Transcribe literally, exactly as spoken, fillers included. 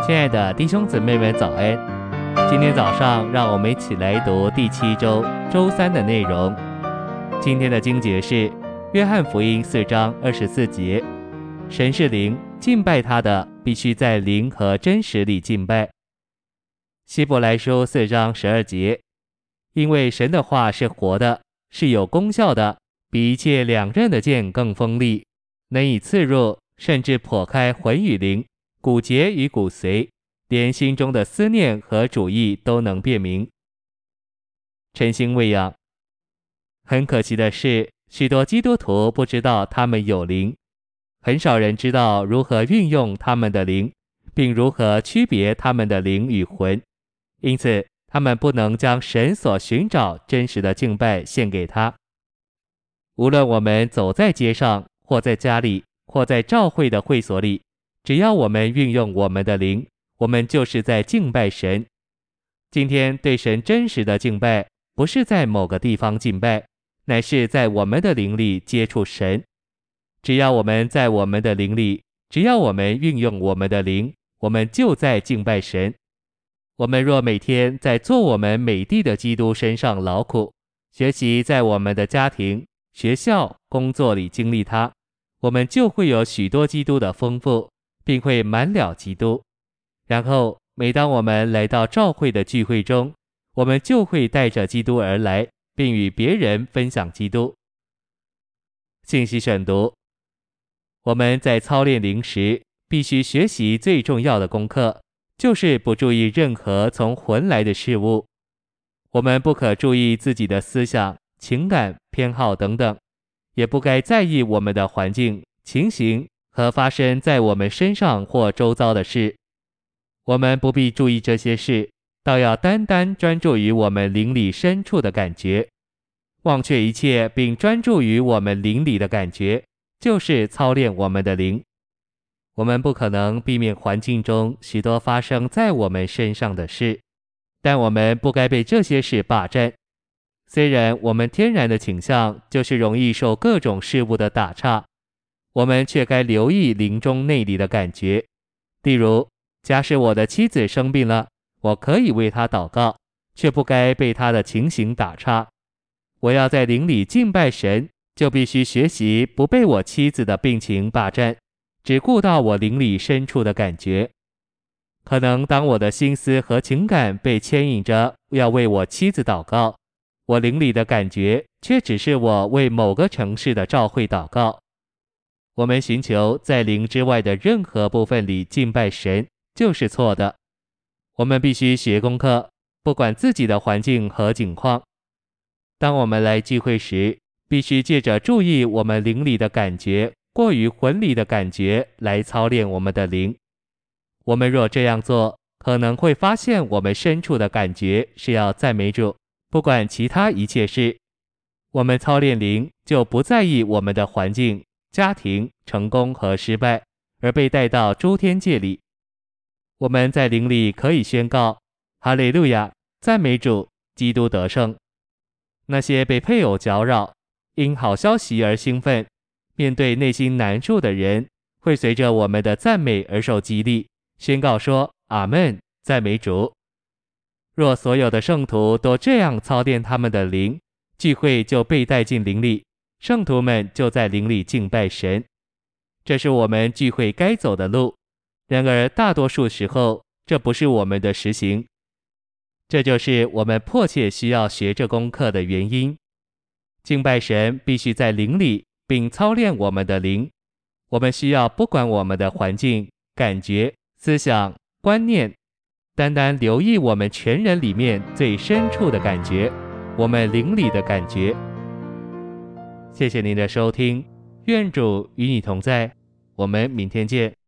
亲爱的弟兄姊妹们早安，今天早上让我们一起来读第七周周三的内容。今天的经节是约翰福音四章二十四节，神是灵，敬拜他的必须在灵和真实里敬拜。希伯来书四章十二节，因为神的话是活的，是有功效的，比一切两刃的剑更锋利，能以刺入，甚至剖开魂与灵，骨节与骨髓，连心中的思念和主意都能辨明。晨星喂养。很可惜的是，许多基督徒不知道他们有灵，很少人知道如何运用他们的灵，并如何区别他们的灵与魂，因此他们不能将神所寻找真实的敬拜献给他。无论我们走在街上，或在家里，或在教会的会所里，只要我们运用我们的灵，我们就是在敬拜神。今天对神真实的敬拜，不是在某个地方敬拜，乃是在我们的灵里接触神。只要我们在我们的灵里，只要我们运用我们的灵，我们就在敬拜神。我们若每天在做我们美帝的基督身上劳苦，学习在我们的家庭、学校、工作里经历它，我们就会有许多基督的丰富，并会满了基督。然后每当我们来到教会的聚会中，我们就会带着基督而来，并与别人分享基督。信息选读。我们在操练灵时，必须学习最重要的功课，就是不注意任何从魂来的事物。我们不可注意自己的思想、情感、偏好等等，也不该在意我们的环境、情形和发生在我们身上或周遭的事。我们不必注意这些事，倒要单单专注于我们灵里深处的感觉。忘却一切并专注于我们灵里的感觉，就是操练我们的灵。我们不可能避免环境中许多发生在我们身上的事，但我们不该被这些事霸占。虽然我们天然的倾向就是容易受各种事物的打岔，我们却该留意灵中内里的感觉。例如，假使我的妻子生病了，我可以为她祷告，却不该被她的情形打岔。我要在灵里敬拜神，就必须学习不被我妻子的病情霸占，只顾到我灵里深处的感觉。可能当我的心思和情感被牵引着要为我妻子祷告，我灵里的感觉却只是我为某个城市的教会祷告。我们寻求在灵之外的任何部分里敬拜神，就是错的。我们必须学功课，不管自己的环境和境况。当我们来聚会时，必须借着注意我们灵里的感觉，过于魂里的感觉来操练我们的灵。我们若这样做，可能会发现我们深处的感觉是要赞美主，不管其他一切事。我们操练灵，就不在意我们的环境、家庭、成功和失败，而被带到诸天界里。我们在灵里可以宣告哈利路亚，赞美主，基督得胜。那些被配偶搅扰，因好消息而兴奋，面对内心难处的人，会随着我们的赞美而受激励，宣告说阿们，赞美主。若所有的圣徒都这样操练他们的灵，聚会就被带进灵里，圣徒们就在灵里敬拜神。这是我们聚会该走的路，然而大多数时候，这不是我们的实行。这就是我们迫切需要学这功课的原因。敬拜神必须在灵里，并操练我们的灵。我们需要不管我们的环境、感觉、思想、观念，单单留意我们全人里面最深处的感觉，我们灵里的感觉。谢谢您的收听，愿主与你同在，我们明天见。